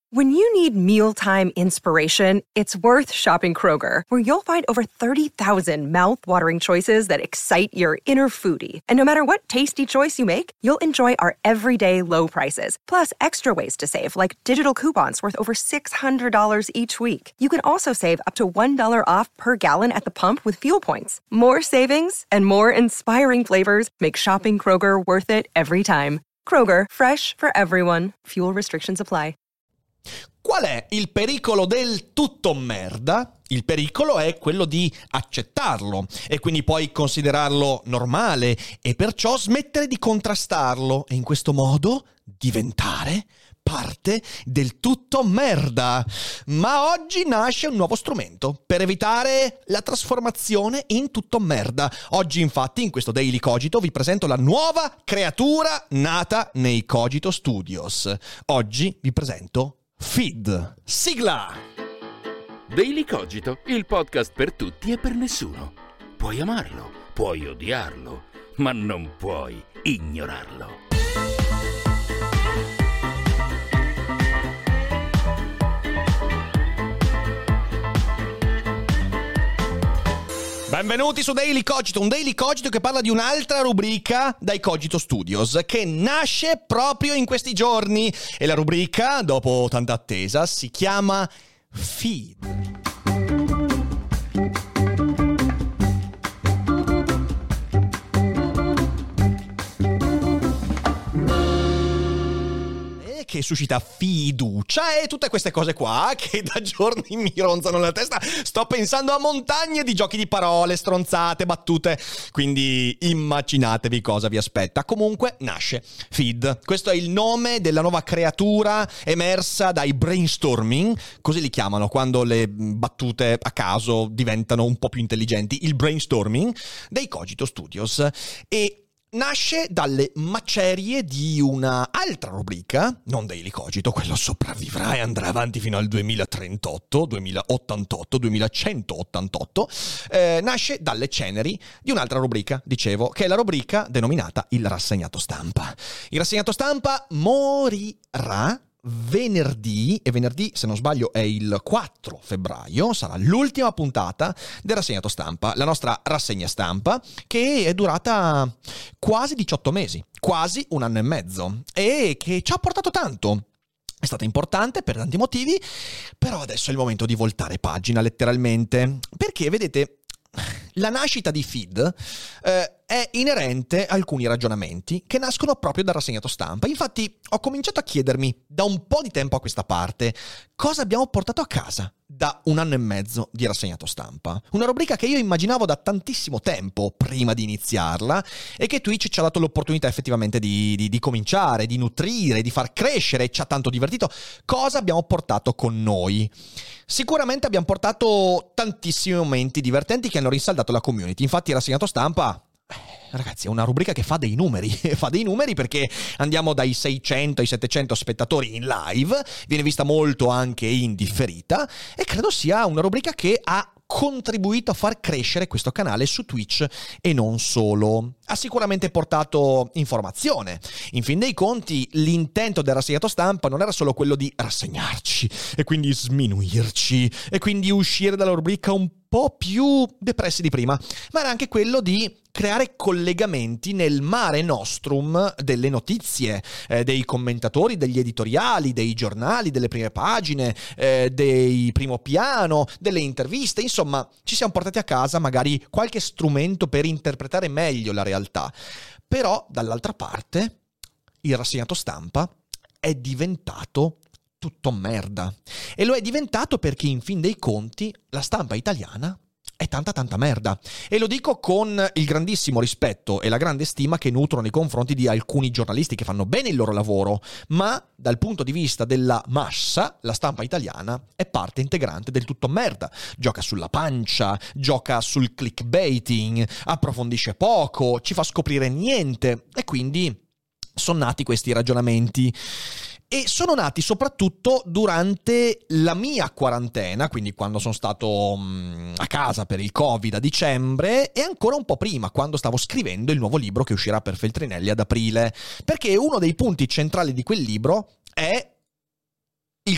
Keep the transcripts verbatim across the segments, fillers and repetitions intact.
When you need mealtime inspiration, it's worth shopping Kroger, where you'll find over thirty thousand mouth-watering choices that excite your inner foodie. And no matter what tasty choice you make, you'll enjoy our everyday low prices, plus extra ways to save, like digital coupons worth over six hundred dollars each week. You can also save up to one dollar off per gallon at the pump with fuel points. More savings and more inspiring flavors make shopping Kroger worth it every time. Kroger, fresh for everyone. Fuel restrictions apply. Qual è il pericolo del tutto merda? Il pericolo è quello di accettarlo e quindi poi considerarlo normale e perciò smettere di contrastarlo e in questo modo diventare parte del tutto merda. Ma oggi nasce un nuovo strumento per evitare la trasformazione in tutto merda. Oggi infatti in questo Daily Cogito vi presento la nuova creatura nata nei Cogito Studios. Oggi vi presento Feed. Sigla! Daily Cogito, il podcast per tutti e per nessuno. Puoi amarlo, puoi odiarlo, ma non puoi ignorarlo. Benvenuti su Daily Cogito, un Daily Cogito che parla di un'altra rubrica dai Cogito Studios, che nasce proprio in questi giorni. E la rubrica, dopo tanta attesa, si chiama Feed. Che suscita fiducia e tutte queste cose qua che da giorni mi ronzano nella testa. Sto pensando a montagne di giochi di parole, stronzate, battute, quindi immaginatevi cosa vi aspetta. Comunque nasce Feed. Questo è il nome della nuova creatura emersa dai brainstorming, così li chiamano quando le battute a caso diventano un po' più intelligenti, il brainstorming dei Cogito Studios. E nasce dalle macerie di una altra rubrica, non Daily Cogito, quello sopravvivrà e andrà avanti fino al duemilatrentotto, duemilaottantotto, duemilacentottantotto. Eh, nasce dalle ceneri di un'altra rubrica, dicevo, che è la rubrica denominata il rassegnato stampa. Il rassegnato stampa morirà venerdì, e venerdì, se non sbaglio, è il quattro febbraio, sarà l'ultima puntata del rassegnato stampa, la nostra rassegna stampa, che è durata quasi diciotto mesi, quasi un anno e mezzo, e che ci ha portato tanto. È stata importante per tanti motivi, però adesso è il momento di voltare pagina, letteralmente, perché, vedete, la nascita di Feed eh, è inerente a alcuni ragionamenti che nascono proprio dal rassegnato stampa. Infatti ho cominciato a chiedermi da un po' di tempo a questa parte cosa abbiamo portato a casa da un anno e mezzo di rassegnato stampa. Una rubrica che io immaginavo da tantissimo tempo prima di iniziarla e che Twitch ci ha dato l'opportunità effettivamente di, di, di cominciare, di nutrire, di far crescere, ci ha tanto divertito. Cosa abbiamo portato con noi? Sicuramente abbiamo portato tantissimi momenti divertenti che hanno rinsaldato la community. Infatti il rassegnato stampa, ragazzi, è una rubrica che fa dei numeri, fa dei numeri perché andiamo dai seicento ai settecento spettatori in live, viene vista molto anche in differita e credo sia una rubrica che ha contribuito a far crescere questo canale su Twitch e non solo. Ha sicuramente portato informazione. In fin dei conti, l'intento del rassegnato stampa non era solo quello di rassegnarci e quindi sminuirci e quindi uscire dalla rubrica un po' più depressi di prima, ma era anche quello di creare collegamenti nel mare nostrum delle notizie, eh, dei commentatori, degli editoriali, dei giornali, delle prime pagine, eh, dei primo piano, delle interviste. Insomma, ci siamo portati a casa magari qualche strumento per interpretare meglio la realtà. Però, dall'altra parte, il rassegnato stampa è diventato tutto merda. E lo è diventato perché, in fin dei conti, la stampa italiana è tanta tanta merda. E lo dico con il grandissimo rispetto e la grande stima che nutro nei confronti di alcuni giornalisti che fanno bene il loro lavoro, ma dal punto di vista della massa, la stampa italiana è parte integrante del tutto merda. Gioca sulla pancia, gioca sul clickbaiting, approfondisce poco, ci fa scoprire niente, e quindi sono nati questi ragionamenti. E sono nati soprattutto durante la mia quarantena, quindi quando sono stato mh, a casa per il Covid a dicembre, e ancora un po' prima, quando stavo scrivendo il nuovo libro che uscirà per Feltrinelli ad aprile. Perché uno dei punti centrali di quel libro è il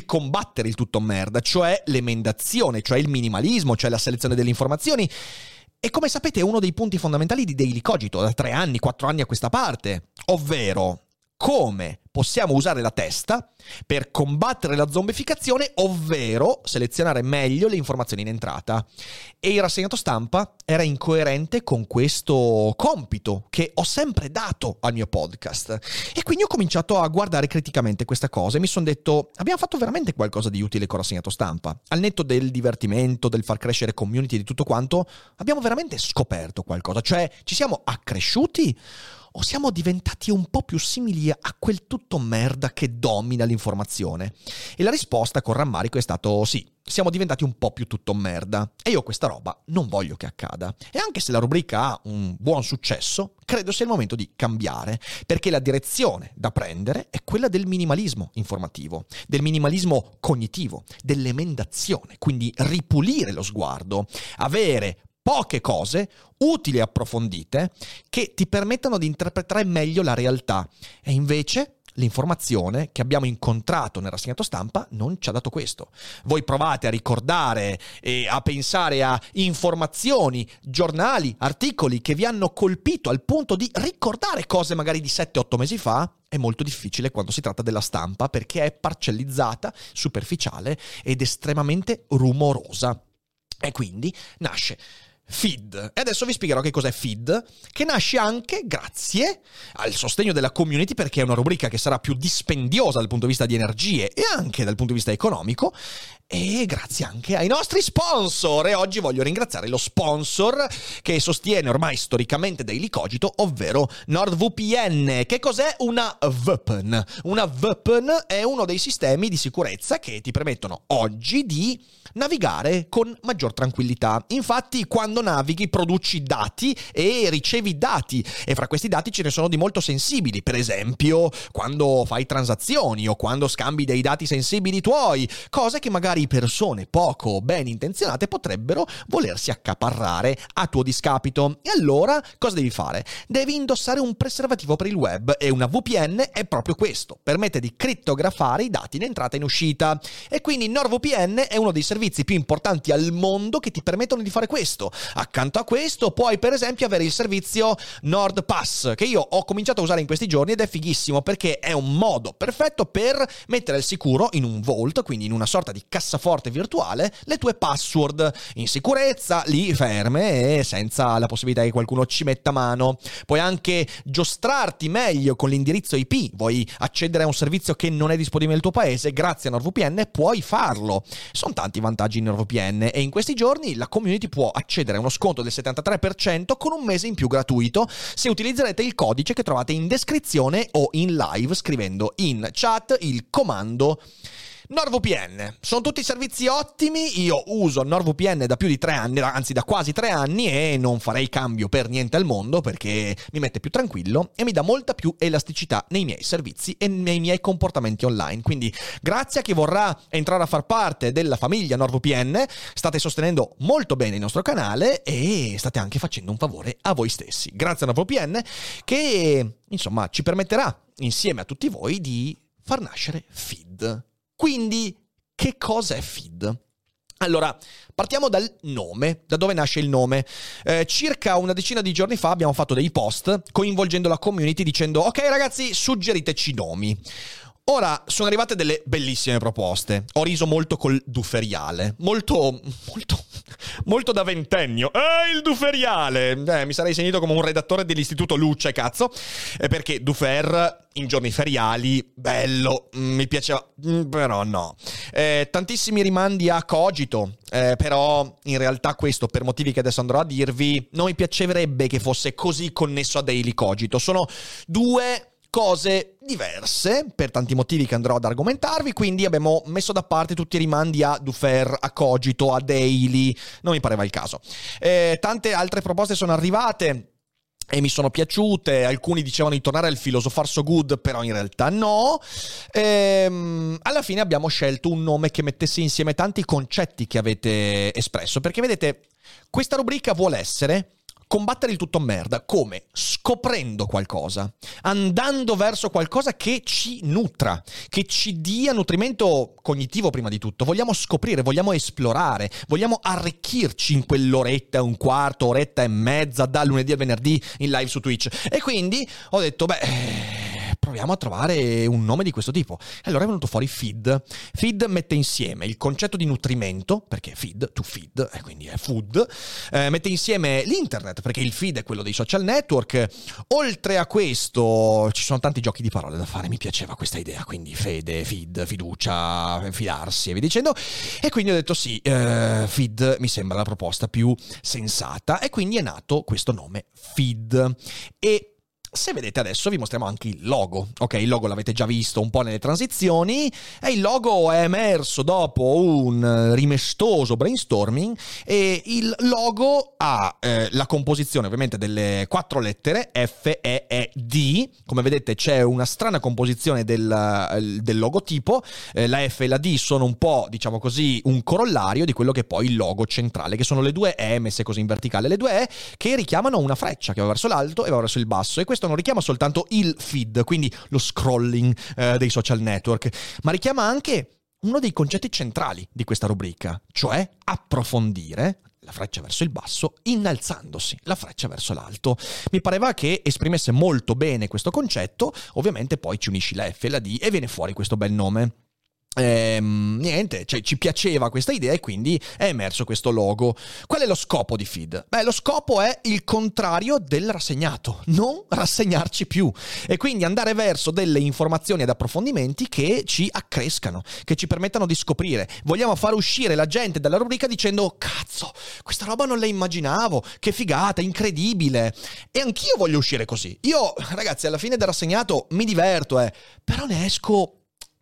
il combattere il tutto merda, cioè l'emendazione, cioè il minimalismo, cioè la selezione delle informazioni. E come sapete è uno dei punti fondamentali di Daily Cogito da tre anni, quattro anni a questa parte, ovvero come possiamo usare la testa per combattere la zombificazione, ovvero selezionare meglio le informazioni in entrata. E il rassegnato stampa era incoerente con questo compito che ho sempre dato al mio podcast. E quindi ho cominciato a guardare criticamente questa cosa e mi sono detto, abbiamo fatto veramente qualcosa di utile con rassegnato stampa? Al netto del divertimento, del far crescere community e di tutto quanto, abbiamo veramente scoperto qualcosa? Cioè, ci siamo accresciuti? O siamo diventati un po' più simili a quel tutto merda che domina l'informazione? E la risposta con rammarico è stato sì, siamo diventati un po' più tutto merda. E io questa roba non voglio che accada. E anche se la rubrica ha un buon successo, credo sia il momento di cambiare, perché la direzione da prendere è quella del minimalismo informativo, del minimalismo cognitivo, dell'emendazione, quindi ripulire lo sguardo, avere poche cose utili e approfondite che ti permettano di interpretare meglio la realtà. E invece l'informazione che abbiamo incontrato nel rassegnato stampa non ci ha dato questo. Voi provate a ricordare e a pensare a informazioni, giornali, articoli che vi hanno colpito al punto di ricordare cose magari di sette otto mesi fa. È molto difficile quando si tratta della stampa perché è parcellizzata, superficiale ed estremamente rumorosa. E quindi nasce Feed. E adesso vi spiegherò che cos'è Feed, che nasce anche grazie al sostegno della community, perché è una rubrica che sarà più dispendiosa dal punto di vista di energie e anche dal punto di vista economico, e grazie anche ai nostri sponsor. E oggi voglio ringraziare lo sponsor che sostiene ormai storicamente Daily Cogito, ovvero NordVPN. Che cos'è una V P N? Una V P N è uno dei sistemi di sicurezza che ti permettono oggi di navigare con maggior tranquillità. Infatti, quando navighi produci dati e ricevi dati, e fra questi dati ce ne sono di molto sensibili, per esempio quando fai transazioni o quando scambi dei dati sensibili tuoi, cose che magari persone poco ben intenzionate potrebbero volersi accaparrare a tuo discapito. E allora cosa devi fare? Devi indossare un preservativo per il web, e una V P N è proprio questo, permette di crittografare i dati in entrata e in uscita. E quindi NordVPN è uno dei servizi più importanti al mondo che ti permettono di fare questo. Accanto a questo puoi per esempio avere il servizio NordPass, che io ho cominciato a usare in questi giorni ed è fighissimo perché è un modo perfetto per mettere al sicuro in un vault, quindi in una sorta di cassaforte virtuale, le tue password in sicurezza, lì ferme e senza la possibilità che qualcuno ci metta mano. Puoi anche giostrarti meglio con l'indirizzo I P. Vuoi accedere a un servizio che non è disponibile nel tuo paese? Grazie a NordVPN puoi farlo. Sono tanti vantaggi in NordVPN e in questi giorni la community può accedere a uno sconto del settantatré per cento con un mese in più gratuito se utilizzerete il codice che trovate in descrizione o in live scrivendo in chat il comando NordVPN. Sono tutti servizi ottimi, io uso NordVPN da più di tre anni, anzi da quasi tre anni, e non farei cambio per niente al mondo perché mi mette più tranquillo e mi dà molta più elasticità nei miei servizi e nei miei comportamenti online. Quindi grazie a chi vorrà entrare a far parte della famiglia NordVPN, state sostenendo molto bene il nostro canale e state anche facendo un favore a voi stessi. Grazie a NordVPN che insomma ci permetterà insieme a tutti voi di far nascere Feed. Quindi, che cosa è Feed? Allora, partiamo dal nome, da dove nasce il nome. Eh, circa una decina di giorni fa abbiamo fatto dei post coinvolgendo la community dicendo ok ragazzi, suggeriteci nomi. Ora, sono arrivate delle bellissime proposte. Ho riso molto col Duferiale. Molto, molto, molto da ventennio. Eh, il Duferiale! Eh, mi sarei sentito come un redattore dell'istituto Luce, cazzo. Eh, perché Dufer, in giorni feriali, bello, mm, mi piaceva, mm, però no. Eh, tantissimi rimandi a Cogito, eh, però in realtà questo, per motivi che adesso andrò a dirvi, non mi piacerebbe che fosse così connesso a Daily Cogito. Sono due cose diverse per tanti motivi che andrò ad argomentarvi, quindi abbiamo messo da parte tutti i rimandi a Dufer, a Cogito, a Daily, non mi pareva il caso. Eh, tante altre proposte sono arrivate e mi sono piaciute, alcuni dicevano di tornare al Philosopher So Good, però in realtà no. Ehm, alla fine abbiamo scelto un nome che mettesse insieme tanti concetti che avete espresso, perché vedete, questa rubrica vuole essere combattere il tutto merda. Come? Scoprendo qualcosa, andando verso qualcosa che ci nutra, che ci dia nutrimento cognitivo prima di tutto. Vogliamo scoprire, vogliamo esplorare, vogliamo arricchirci in quell'oretta, un quarto, oretta e mezza dal lunedì al venerdì in live su Twitch. E quindi ho detto, beh, proviamo a trovare un nome di questo tipo. E allora è venuto fuori Feed. Feed mette insieme il concetto di nutrimento, perché feed, to feed, e quindi è food, eh, mette insieme l'internet, perché il feed è quello dei social network. Oltre a questo ci sono tanti giochi di parole da fare, mi piaceva questa idea, quindi fede, feed, fiducia, fidarsi e via dicendo. E quindi ho detto sì, eh, Feed mi sembra la proposta più sensata, e quindi è nato questo nome Feed. E se vedete adesso vi mostriamo anche il logo. Ok, il logo l'avete già visto un po' nelle transizioni, e il logo è emerso dopo un rimestoso brainstorming, e il logo ha eh, la composizione ovviamente delle quattro lettere F, E, E, D. Come vedete c'è una strana composizione del, del logotipo. Eh, la F e la D sono un po', diciamo così, un corollario di quello che è poi il logo centrale, che sono le due E messe così in verticale, le due E che richiamano una freccia che va verso l'alto e va verso il basso, e questo non richiama soltanto il feed, quindi lo scrolling eh, dei social network, ma richiama anche uno dei concetti centrali di questa rubrica, cioè approfondire la freccia verso il basso, innalzandosi la freccia verso l'alto. Mi pareva che esprimesse molto bene questo concetto. Ovviamente poi ci unisci la F e la D e viene fuori questo bel nome. Ehm, niente, cioè ci piaceva questa idea, e quindi è emerso questo logo. Qual è lo scopo di Feed? Beh, lo scopo è il contrario del rassegnato, non rassegnarci più, e quindi andare verso delle informazioni ed approfondimenti che ci accrescano, che ci permettano di scoprire. Vogliamo far uscire la gente dalla rubrica dicendo: cazzo, questa roba non la immaginavo, che figata, incredibile. E anch'io voglio uscire così. Io, ragazzi, alla fine del rassegnato mi diverto, eh, però ne esco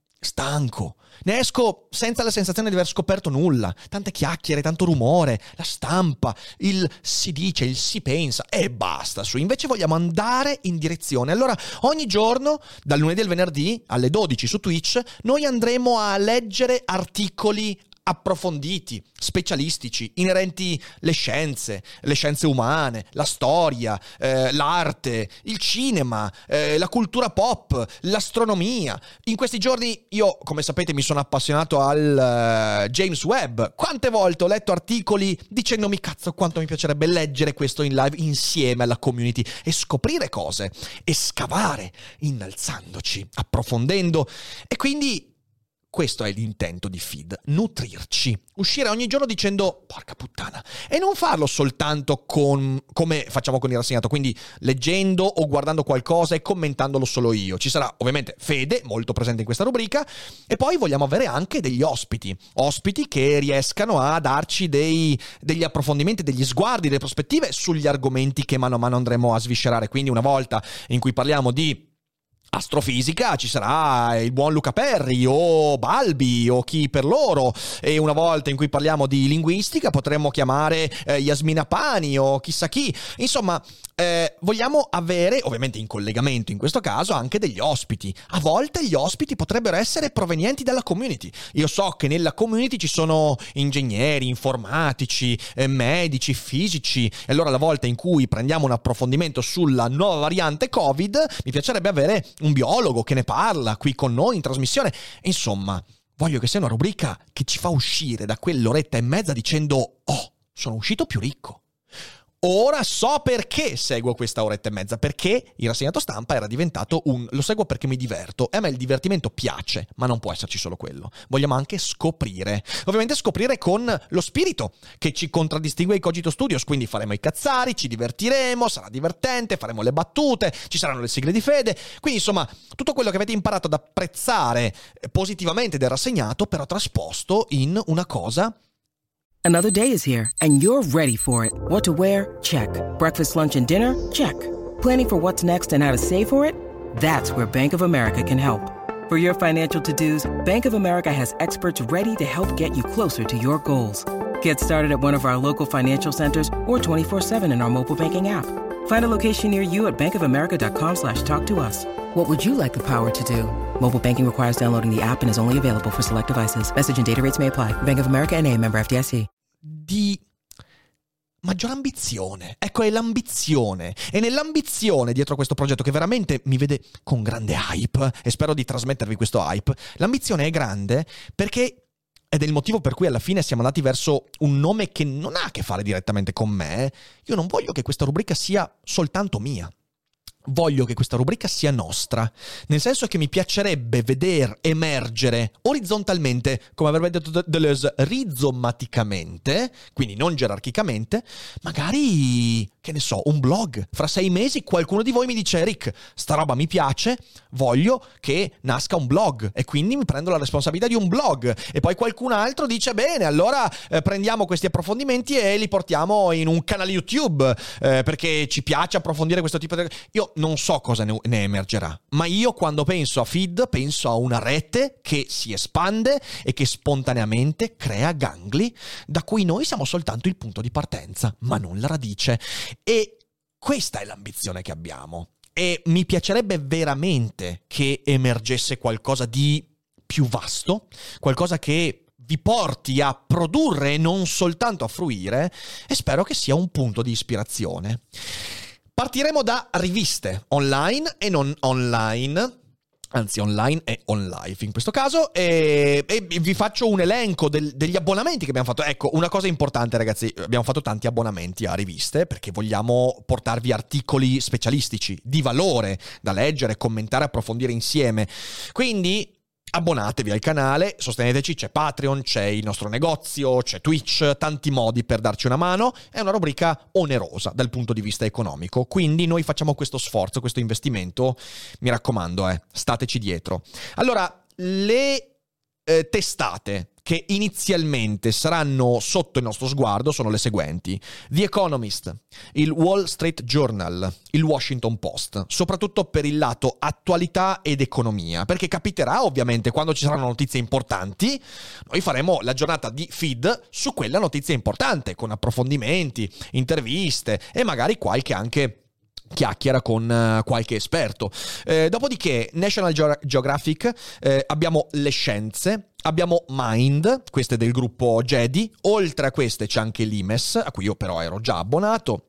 stanco, ne esco senza la sensazione di aver scoperto nulla. Tante chiacchiere, tanto rumore, la stampa, il si dice, il si pensa, e basta. Su invece vogliamo andare in direzione. Allora ogni giorno, dal lunedì al venerdì alle dodici su Twitch, noi andremo a leggere articoli approfonditi, specialistici, inerenti alle scienze, le scienze umane, la storia, eh, l'arte, il cinema, eh, la cultura pop, l'astronomia. In questi giorni io, come sapete, mi sono appassionato al uh, James Webb. Quante volte ho letto articoli dicendomi: cazzo, quanto mi piacerebbe leggere questo in live insieme alla community e scoprire cose e scavare, innalzandoci, approfondendo. E quindi questo è l'intento di Feed, nutrirci, uscire ogni giorno dicendo porca puttana, e non farlo soltanto con come facciamo con il rassegnato, quindi leggendo o guardando qualcosa e commentandolo solo io. Ci sarà ovviamente Fede, molto presente in questa rubrica, e poi vogliamo avere anche degli ospiti, ospiti che riescano a darci dei, degli approfondimenti, degli sguardi, delle prospettive sugli argomenti che mano a mano andremo a sviscerare. Quindi una volta in cui parliamo di astrofisica ci sarà il buon Luca Perri o Balbi o chi per loro, e una volta in cui parliamo di linguistica potremmo chiamare eh, Yasmina Pani o chissà chi. Insomma, eh, vogliamo avere ovviamente in collegamento in questo caso anche degli ospiti. A volte gli ospiti potrebbero essere provenienti dalla community. Io so che nella community ci sono ingegneri, informatici, eh, medici, fisici, e allora la volta in cui prendiamo un approfondimento sulla nuova variante Covid mi piacerebbe avere un biologo che ne parla qui con noi in trasmissione. Insomma, voglio che sia una rubrica che ci fa uscire da quell'oretta e mezza dicendo: oh, sono uscito più ricco. Ora so perché seguo questa oretta e mezza, perché il rassegnato stampa era diventato un lo seguo perché mi diverto, e a me il divertimento piace, ma non può esserci solo quello. Vogliamo anche scoprire, ovviamente scoprire con lo spirito che ci contraddistingue ai Cogito Studios, quindi faremo i cazzari, ci divertiremo, sarà divertente, faremo le battute, ci saranno le sigle di Fede, quindi insomma tutto quello che avete imparato ad apprezzare positivamente del rassegnato, però trasposto in una cosa. Another day is here, and you're ready for it. What to wear? Check. Breakfast, lunch, and dinner? Check. Planning for what's next and how to save for it? That's where Bank of America can help. For your financial to-dos, Bank of America has experts ready to help get you closer to your goals. Get started at one of our local financial centers or twenty-four seven in our mobile banking app. Find a location near you at bankofamerica.com slash talk to us. What would you like the power to do? Mobile banking requires downloading the app and is only available for select devices. Message and data rates may apply. Bank of America N A, member F D I C. Di maggiore ambizione. Ecco, è l'ambizione. E nell'ambizione dietro questo progetto, che veramente mi vede con grande hype, e spero di trasmettervi questo hype, l'ambizione è grande perché ed è il motivo per cui alla fine siamo andati verso un nome che non ha a che fare direttamente con me. Io non voglio che questa rubrica sia soltanto mia. Voglio che questa rubrica sia nostra, nel senso che mi piacerebbe veder emergere orizzontalmente, come avrebbe detto Deleuze, rizomaticamente, quindi non gerarchicamente, magari, che ne so, un blog. Fra sei mesi qualcuno di voi mi dice: Rick, sta roba mi piace, voglio che nasca un blog, e quindi mi prendo la responsabilità di un blog. E poi qualcun altro dice: bene, allora eh, prendiamo questi approfondimenti e li portiamo in un canale YouTube, eh, perché ci piace approfondire questo tipo di... Io non so cosa ne, ne emergerà, ma io quando penso a feed penso a una rete che si espande e che spontaneamente crea gangli da cui noi siamo soltanto il punto di partenza, ma non la radice. E questa è l'ambizione che abbiamo, e mi piacerebbe veramente che emergesse qualcosa di più vasto, qualcosa che vi porti a produrre e non soltanto a fruire, e spero che sia un punto di ispirazione. Partiremo da riviste online e non online, anzi online e on live in questo caso, e, e vi faccio un elenco del, degli abbonamenti che abbiamo fatto. Ecco, una cosa importante, ragazzi, abbiamo fatto tanti abbonamenti a riviste perché vogliamo portarvi articoli specialistici di valore da leggere, commentare, approfondire insieme. Quindi abbonatevi al canale, sosteneteci, c'è Patreon, c'è il nostro negozio, c'è Twitch, tanti modi per darci una mano. È una rubrica onerosa dal punto di vista economico, quindi noi facciamo questo sforzo, questo investimento, mi raccomando, eh, stateci dietro. Allora, le eh, testate che inizialmente saranno sotto il nostro sguardo sono le seguenti: The Economist, il Wall Street Journal, il Washington Post, soprattutto per il lato attualità ed economia, perché capiterà ovviamente quando ci saranno notizie importanti, noi faremo la giornata di feed su quella notizia importante, con approfondimenti, interviste e magari qualche anche chiacchiera con uh, qualche esperto. Eh, dopodiché National Geo- Geographic, eh, abbiamo le scienze, abbiamo Mind, queste del gruppo Jedi, oltre a queste c'è anche l'I M E S, a cui io però ero già abbonato.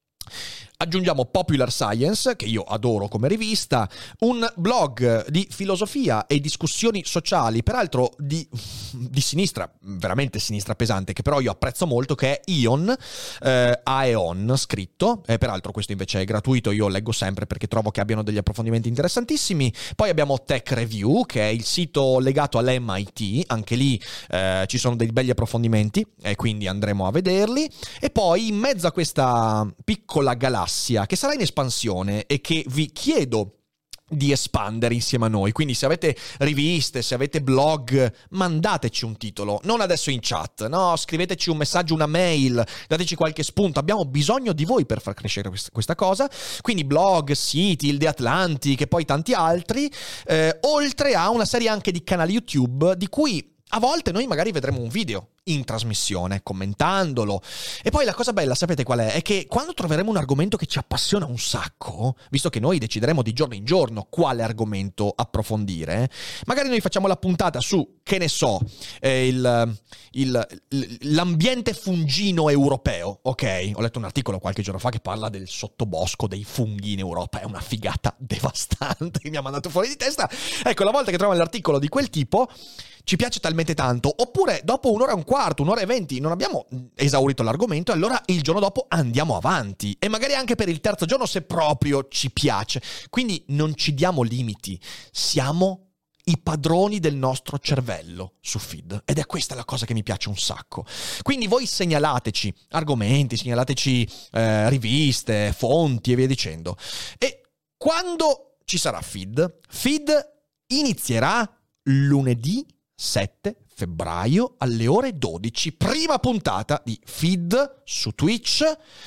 Aggiungiamo Popular Science, che io adoro come rivista, un blog di filosofia e discussioni sociali, peraltro di, di sinistra, veramente sinistra pesante, che però io apprezzo molto, che è Ion, eh, Aeon scritto, e peraltro questo invece è gratuito, io leggo sempre perché trovo che abbiano degli approfondimenti interessantissimi. Poi abbiamo Tech Review, che è il sito legato all'M I T, anche lì eh, ci sono dei belli approfondimenti e quindi andremo a vederli. E poi in mezzo a questa piccola galassia che sarà in espansione e che vi chiedo di espandere insieme a noi, quindi se avete riviste, se avete blog, mandateci un titolo, non adesso in chat, no, scriveteci un messaggio, una mail, dateci qualche spunto, abbiamo bisogno di voi per far crescere questa cosa. Quindi blog, siti, il The Atlantic e poi tanti altri, eh, oltre a una serie anche di canali YouTube di cui a volte noi magari vedremo un video in trasmissione, commentandolo. E poi la cosa bella, sapete qual è? È che quando troveremo un argomento che ci appassiona un sacco, visto che noi decideremo di giorno in giorno quale argomento approfondire, magari noi facciamo la puntata su, che ne so, eh, il, il, l'ambiente fungino europeo, ok? Ho letto un articolo qualche giorno fa che parla del sottobosco dei funghi in Europa, è una figata devastante che mi ha mandato fuori di testa. Ecco, la volta che troviamo l'articolo di quel tipo, ci piace talmente tanto, oppure dopo un'ora e un quarto, un'ora e venti non abbiamo esaurito l'argomento, e allora il giorno dopo andiamo avanti, e magari anche per il terzo giorno se proprio ci piace. Quindi non ci diamo limiti, siamo i padroni del nostro cervello su feed, ed è questa la cosa che mi piace un sacco. Quindi voi segnalateci argomenti, segnalateci eh, riviste, fonti e via dicendo. E quando ci sarà feed, feed inizierà lunedì sette febbraio alle ore dodici, prima puntata di feed su Twitch,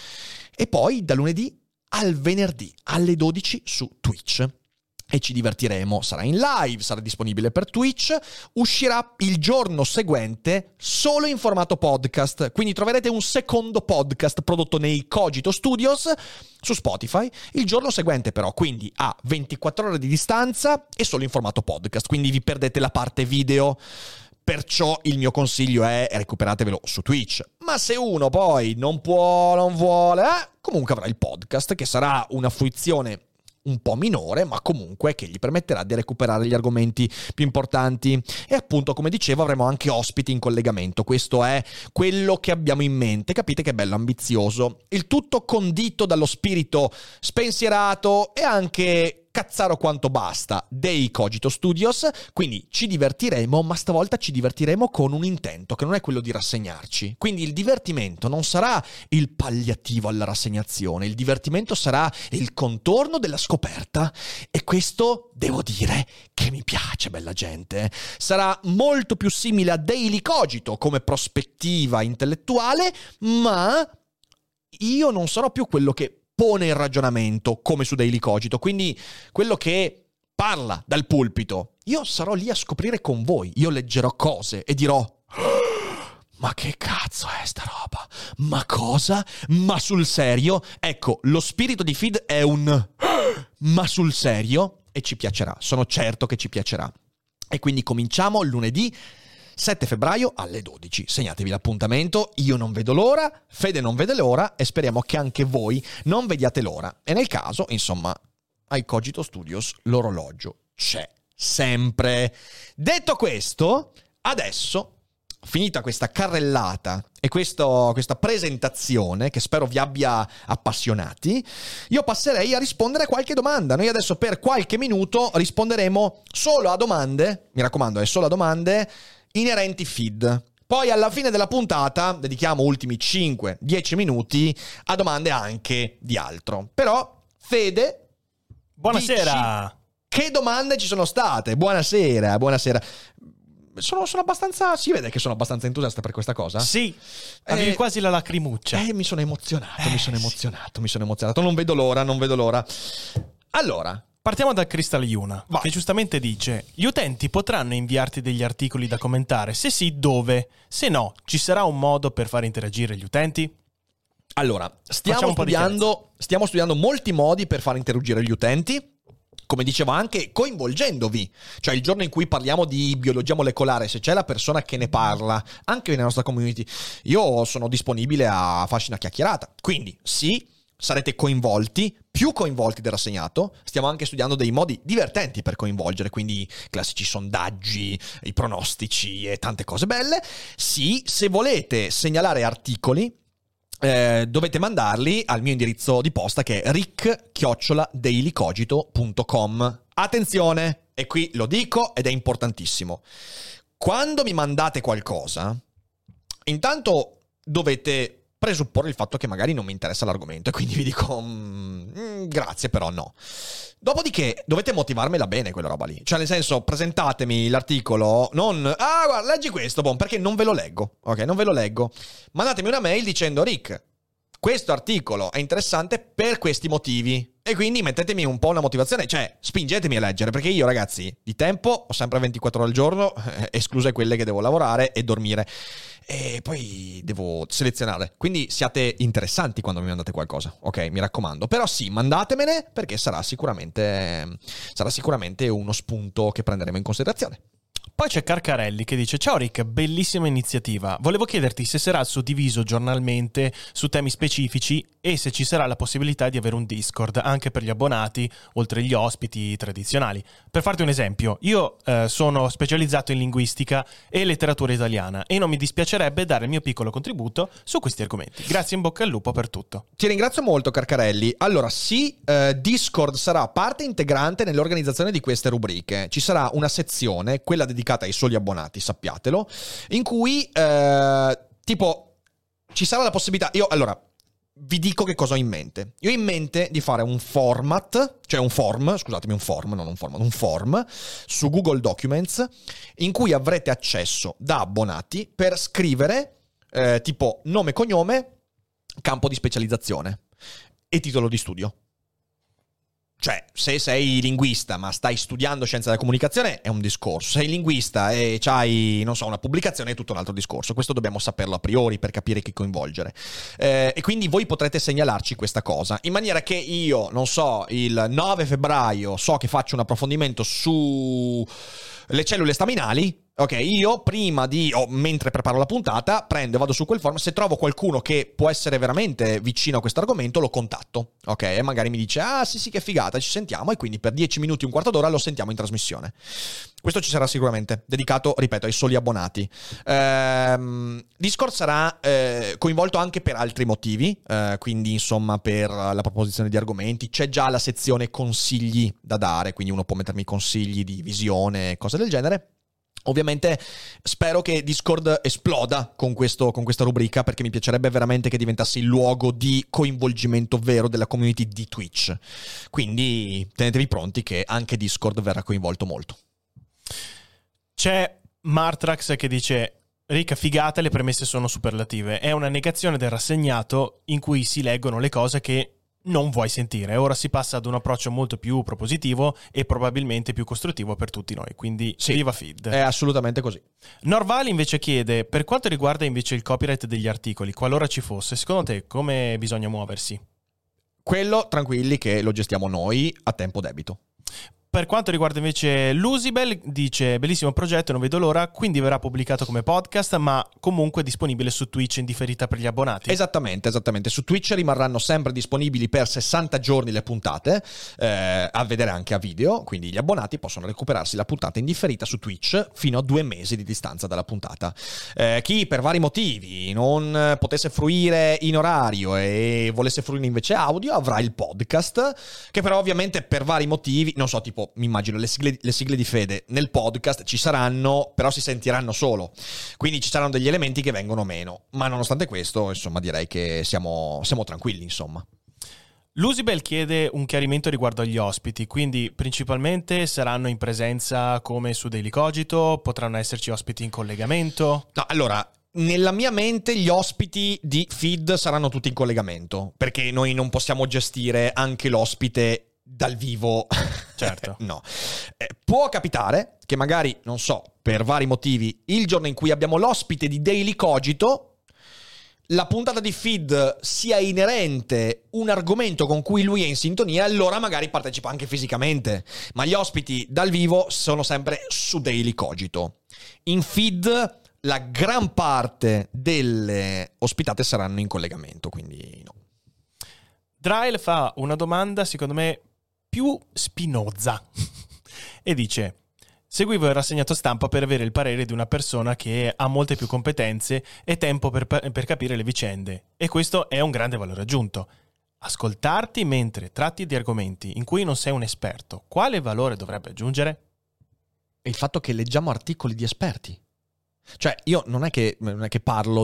e poi da lunedì al venerdì alle dodici su Twitch. E ci divertiremo, sarà in live, sarà disponibile per Twitch, uscirà il giorno seguente solo in formato podcast, quindi troverete un secondo podcast prodotto nei Cogito Studios su Spotify il giorno seguente, però, quindi a ventiquattro ore di distanza e solo in formato podcast, quindi vi perdete la parte video. Perciò il mio consiglio è recuperatevelo su Twitch, Ma se uno poi non può, non vuole, eh, comunque avrà il podcast, che sarà una fruizione un po' minore, ma comunque che gli permetterà di recuperare gli argomenti più importanti. E appunto, come dicevo, avremo anche ospiti in collegamento. Questo è quello che abbiamo in mente. Capite che bello, ambizioso. Il tutto condito dallo spirito spensierato e anche cazzaro quanto basta dei Cogito Studios. Quindi ci divertiremo, ma stavolta ci divertiremo con un intento che non è quello di rassegnarci. Quindi il divertimento non sarà il palliativo alla rassegnazione, il divertimento sarà il contorno della scoperta. E questo devo dire che mi piace, bella gente. Sarà molto più simile a Daily Cogito come prospettiva intellettuale, ma io non sarò più quello che pone il ragionamento come su Daily Cogito, quindi quello che parla dal pulpito. Io sarò lì a scoprire con voi, io leggerò cose e dirò: ma che cazzo è sta roba? Ma cosa? Ma sul serio? Ecco, lo spirito di Feed è un ma sul serio, e ci piacerà, sono certo che ci piacerà. E quindi cominciamo lunedì sette febbraio alle dodici. Segnatevi l'appuntamento, io non vedo l'ora, Fede non vede l'ora e speriamo che anche voi non vediate l'ora. E nel caso, insomma, ai Cogito Studios l'orologio c'è sempre. Detto questo, adesso, finita questa carrellata e questo, questa presentazione che spero vi abbia appassionati, io passerei a rispondere a qualche domanda. Noi adesso per qualche minuto risponderemo solo a domande, mi raccomando, è solo a domande inerenti feed. Poi alla fine della puntata dedichiamo ultimi cinque dieci minuti a domande anche di altro. Però, Fede, buonasera. Che domande ci sono state? Buonasera, buonasera. Sono, sono abbastanza... Si vede che sono abbastanza entusiasta per questa cosa? Sì, avevi eh, quasi la lacrimuccia. Eh, mi sono emozionato, eh, mi sono emozionato, sì. mi sono emozionato. Non vedo l'ora, non vedo l'ora. Allora... Partiamo da Crystal Yuna, Vai. che giustamente dice: gli utenti potranno inviarti degli articoli da commentare? Se sì, dove? Se no, ci sarà un modo per far interagire gli utenti? Allora, stiamo studiando, stiamo studiando molti modi per far interagire gli utenti. Come dicevo, anche coinvolgendovi. Cioè il giorno in cui parliamo di biologia molecolare, se c'è la persona che ne parla, anche nella nostra community, io sono disponibile a farci una chiacchierata. Quindi sì, sarete coinvolti, più coinvolti del rassegnato. Stiamo anche studiando dei modi divertenti per coinvolgere, quindi classici sondaggi, i pronostici e tante cose belle. Sì, se volete segnalare articoli, Eh, dovete mandarli al mio indirizzo di posta, che è rick chiocciola dailycogito punto com. Attenzione, e qui lo dico ed è importantissimo: quando mi mandate qualcosa, intanto dovete presupporre il fatto che magari non mi interessa l'argomento, e quindi vi dico mm, grazie, però no. Dopodiché dovete motivarmela bene quella roba lì. Cioè, nel senso, presentatemi l'articolo, non ah guarda, leggi questo, bon, perché non ve lo leggo. Ok, non ve lo leggo. Mandatemi una mail dicendo: Rick, questo articolo è interessante per questi motivi. E quindi mettetemi un po' una motivazione, cioè spingetemi a leggere, perché io, ragazzi, di tempo ho sempre ventiquattro ore al giorno, eh, escluse quelle che devo lavorare e dormire. E poi devo selezionare. Quindi siate interessanti quando mi mandate qualcosa, ok? Mi raccomando. Però sì, mandatemene, perché sarà sicuramente sarà sicuramente uno spunto che prenderemo in considerazione. Poi c'è Carcarelli che dice: ciao Rick, bellissima iniziativa. Volevo chiederti se sarà suddiviso giornalmente su temi specifici e se ci sarà la possibilità di avere un Discord anche per gli abbonati, oltre agli ospiti tradizionali. Per farti un esempio, io eh, sono specializzato in linguistica e letteratura italiana e non mi dispiacerebbe dare il mio piccolo contributo su questi argomenti. Grazie, in bocca al lupo per tutto. Ti ringrazio molto, Carcarelli. Allora sì, eh, Discord sarà parte integrante nell'organizzazione di queste rubriche. Ci sarà una sezione, quella dedicata ai soli abbonati, sappiatelo, in cui eh, tipo ci sarà la possibilità. Io allora vi dico che cosa ho in mente. Io ho in mente di fare un format, cioè un form, scusatemi, un form, non un format, un form su Google Documents, in cui avrete accesso da abbonati per scrivere eh, tipo nome, cognome, campo di specializzazione e titolo di studio. Cioè, se sei linguista ma stai studiando scienza della comunicazione è un discorso. Se sei linguista e c'hai, non so, una pubblicazione è tutto un altro discorso. Questo dobbiamo saperlo a priori per capire chi coinvolgere. Eh, e quindi voi potrete segnalarci questa cosa, in maniera che io, non so, il nove febbraio so che faccio un approfondimento su le cellule staminali, Ok, io prima di, o mentre preparo la puntata, prendo e vado su quel forum, se trovo qualcuno che può essere veramente vicino a questo argomento, lo contatto, ok? E magari mi dice, ah sì sì che figata, ci sentiamo, e quindi per dieci minuti, un quarto d'ora lo sentiamo in trasmissione. Questo ci sarà sicuramente, dedicato, ripeto, ai soli abbonati. Ehm, Discord sarà eh, coinvolto anche per altri motivi, eh, quindi insomma per la proposizione di argomenti, c'è già la sezione consigli da dare, quindi uno può mettermi consigli di visione, cose del genere. Ovviamente spero che Discord esploda con, questo, con questa rubrica, perché mi piacerebbe veramente che diventasse il luogo di coinvolgimento vero della community di Twitch. Quindi tenetevi pronti che anche Discord verrà coinvolto molto. C'è Martrax che dice: Rick, figata, le premesse sono superlative. È una negazione del rassegnato in cui si leggono le cose che non vuoi sentire. Ora si passa ad un approccio molto più propositivo e probabilmente più costruttivo per tutti noi, quindi sì, viva Feed. È assolutamente così. Norvali invece chiede: per quanto riguarda invece il copyright degli articoli, qualora ci fosse, secondo te come bisogna muoversi? Quello, tranquilli, che lo gestiamo noi a tempo debito. Per quanto riguarda invece Lusibel, dice: bellissimo progetto, non vedo l'ora, quindi verrà pubblicato come podcast, ma comunque disponibile su Twitch in differita per gli abbonati. Esattamente, esattamente. Su Twitch rimarranno sempre disponibili per sessanta giorni le puntate, eh, a vedere anche a video, quindi gli abbonati possono recuperarsi la puntata in differita su Twitch fino a due mesi di distanza dalla puntata. Eh, chi per vari motivi non potesse fruire in orario e volesse fruire invece audio avrà il podcast, che però ovviamente per vari motivi, non so, tipo mi immagino le sigle, le sigle di Fede nel podcast ci saranno, però si sentiranno solo, quindi ci saranno degli elementi che vengono meno, ma nonostante questo insomma direi che siamo, siamo tranquilli insomma. Lusibel chiede un chiarimento riguardo agli ospiti, quindi principalmente saranno in presenza come su Daily Cogito, potranno esserci ospiti in collegamento? No, allora, nella mia mente gli ospiti di Feed saranno tutti in collegamento, perché noi non possiamo gestire anche l'ospite dal vivo. Certo. No. Eh, può capitare che magari, non so, per vari motivi, il giorno in cui abbiamo l'ospite di Daily Cogito, la puntata di Feed sia inerente un argomento con cui lui è in sintonia, allora magari partecipa anche fisicamente. Ma gli ospiti dal vivo sono sempre su Daily Cogito. In Feed la gran parte delle ospitate saranno in collegamento, quindi no. Drail fa una domanda, secondo me, più spinoza e dice: seguivo il rassegnato stampa per avere il parere di una persona che ha molte più competenze e tempo per, per capire le vicende, e questo è un grande valore aggiunto. Ascoltarti mentre tratti di argomenti in cui non sei un esperto, quale valore dovrebbe aggiungere? Il fatto che leggiamo articoli di esperti. Cioè, io non è che, non è che parlo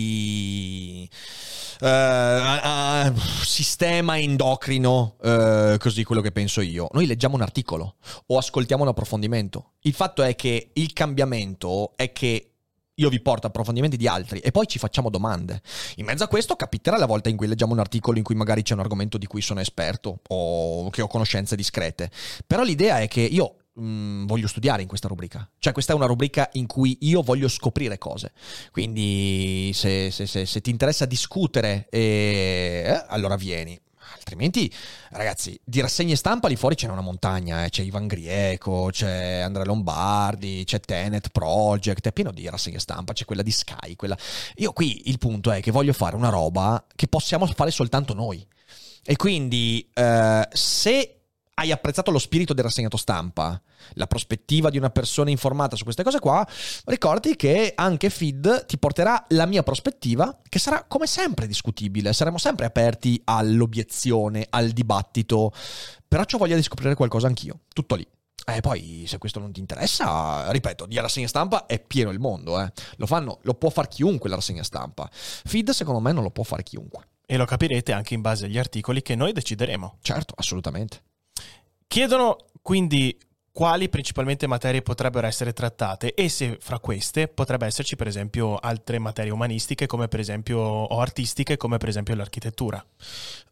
di uh, uh, sistema endocrino, uh, così quello che penso io. Noi leggiamo un articolo o ascoltiamo un approfondimento. Il fatto è che il cambiamento è che io vi porto approfondimenti di altri e poi ci facciamo domande. In mezzo a questo capiterà la volta in cui leggiamo un articolo in cui magari c'è un argomento di cui sono esperto o che ho conoscenze discrete. Però l'idea è che io Mm, voglio studiare in questa rubrica, cioè questa è una rubrica in cui io voglio scoprire cose, quindi se, se, se, se ti interessa discutere eh, eh, allora vieni, altrimenti ragazzi di rassegne stampa lì fuori c'è una montagna, eh. C'è Ivan Grieco, c'è Andrea Lombardi, c'è Tenet Project, è pieno di rassegne stampa, c'è quella di Sky, quella... Io qui il punto è che voglio fare una roba che possiamo fare soltanto noi, e quindi eh, se hai apprezzato lo spirito del rassegnato stampa, la prospettiva di una persona informata su queste cose qua, ricordi che anche Feed ti porterà la mia prospettiva, che sarà come sempre discutibile, saremo sempre aperti all'obiezione, al dibattito, però c'ho voglia di scoprire qualcosa anch'io, tutto lì. E eh, poi se questo non ti interessa, ripeto, di rassegna stampa è pieno il mondo, eh. Lo fanno, lo può far chiunque la rassegna stampa. Feed secondo me non lo può fare chiunque. E lo capirete anche in base agli articoli che noi decideremo. Certo, assolutamente. Chiedono quindi quali principalmente materie potrebbero essere trattate e se fra queste potrebbe esserci per esempio altre materie umanistiche come per esempio o artistiche come per esempio l'architettura.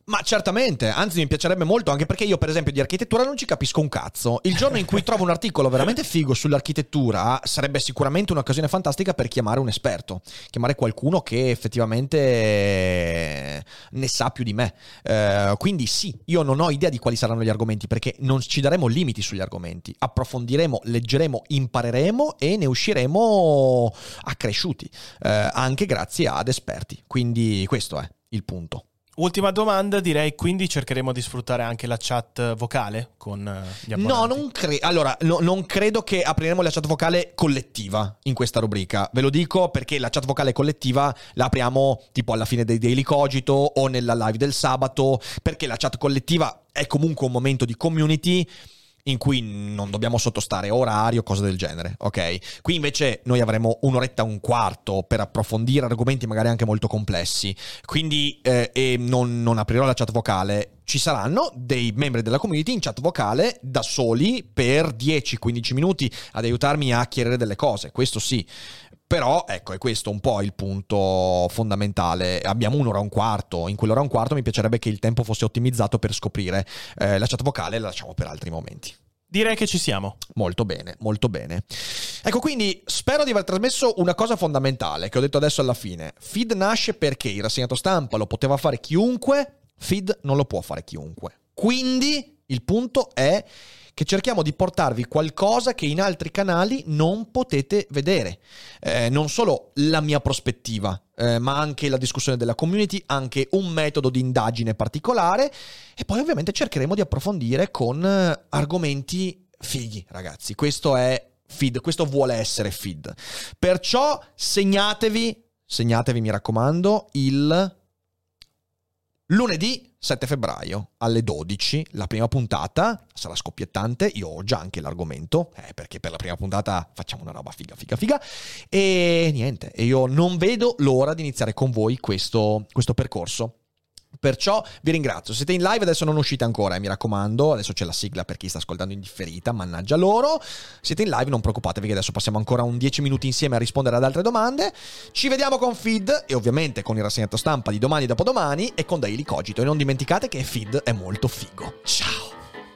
Ma certamente, anzi mi piacerebbe molto, anche perché io per esempio di architettura non ci capisco un cazzo. Il giorno in cui trovo un articolo veramente figo sull'architettura sarebbe sicuramente un'occasione fantastica per chiamare un esperto, chiamare qualcuno che effettivamente ne sa più di me. Eh, quindi sì, io non ho idea di quali saranno gli argomenti, perché non ci daremo limiti sugli argomenti, approfondiremo, leggeremo, impareremo e ne usciremo accresciuti, eh, anche grazie ad esperti. Quindi questo è il punto. Ultima domanda, direi, quindi cercheremo di sfruttare anche la chat vocale con gli abbonati? No, non credo. Allora, no, non credo che apriremo la chat vocale collettiva in questa rubrica. Ve lo dico perché la chat vocale collettiva la apriamo tipo alla fine dei Daily Cogito o nella live del sabato, perché la chat collettiva è comunque un momento di community in cui non dobbiamo sottostare orario, cose del genere, ok? Qui invece noi avremo un'oretta e un quarto per approfondire argomenti magari anche molto complessi, quindi eh, e non, non aprirò la chat vocale. Ci saranno dei membri della community in chat vocale da soli per dieci quindici minuti ad aiutarmi a chiarire delle cose, questo sì. Però, ecco, è questo un po' il punto fondamentale. Abbiamo un'ora e un quarto. In quell'ora e un quarto mi piacerebbe che il tempo fosse ottimizzato per scoprire. Eh, la chat vocale la lasciamo per altri momenti. Direi che ci siamo. Molto bene, molto bene. Ecco, quindi spero di aver trasmesso una cosa fondamentale che ho detto adesso alla fine. Feed nasce perché il rassegnato stampa lo poteva fare chiunque, Feed non lo può fare chiunque. Quindi il punto è che cerchiamo di portarvi qualcosa che in altri canali non potete vedere. Eh, non solo la mia prospettiva, eh, ma anche la discussione della community, anche un metodo di indagine particolare, e poi ovviamente cercheremo di approfondire con eh, argomenti fighi, ragazzi. Questo è Feed, questo vuole essere Feed. Perciò segnatevi, segnatevi mi raccomando, il lunedì sette febbraio alle dodici, la prima puntata sarà scoppiettante. Io ho già anche l'argomento, eh, perché per la prima puntata facciamo una roba figa, figa, figa. E niente, e io non vedo l'ora di iniziare con voi questo, questo percorso. Perciò vi ringrazio. Siete in live, adesso non uscite ancora, eh, mi raccomando. Adesso c'è la sigla per chi sta ascoltando in differita, mannaggia loro. Siete in live, non preoccupatevi che adesso passiamo ancora un dieci minuti insieme a rispondere ad altre domande. Ci vediamo con Feed e ovviamente con il rassegnato stampa di domani e dopodomani e con Daily Cogito. E non dimenticate che Feed è molto figo. Ciao!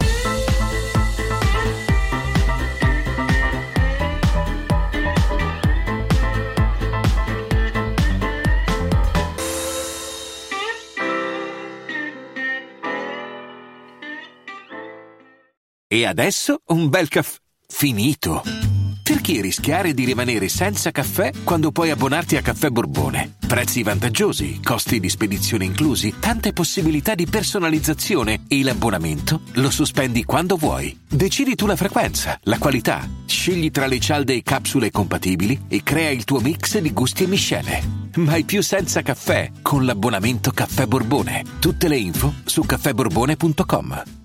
E adesso un bel caffè finito. Perché rischiare di rimanere senza caffè quando puoi abbonarti a Caffè Borbone? Prezzi vantaggiosi, costi di spedizione inclusi, tante possibilità di personalizzazione e l'abbonamento lo sospendi quando vuoi. Decidi tu la frequenza, la qualità, scegli tra le cialde e capsule compatibili e crea il tuo mix di gusti e miscele. Mai più senza caffè con l'abbonamento Caffè Borbone. Tutte le info su caffè borbone punto com.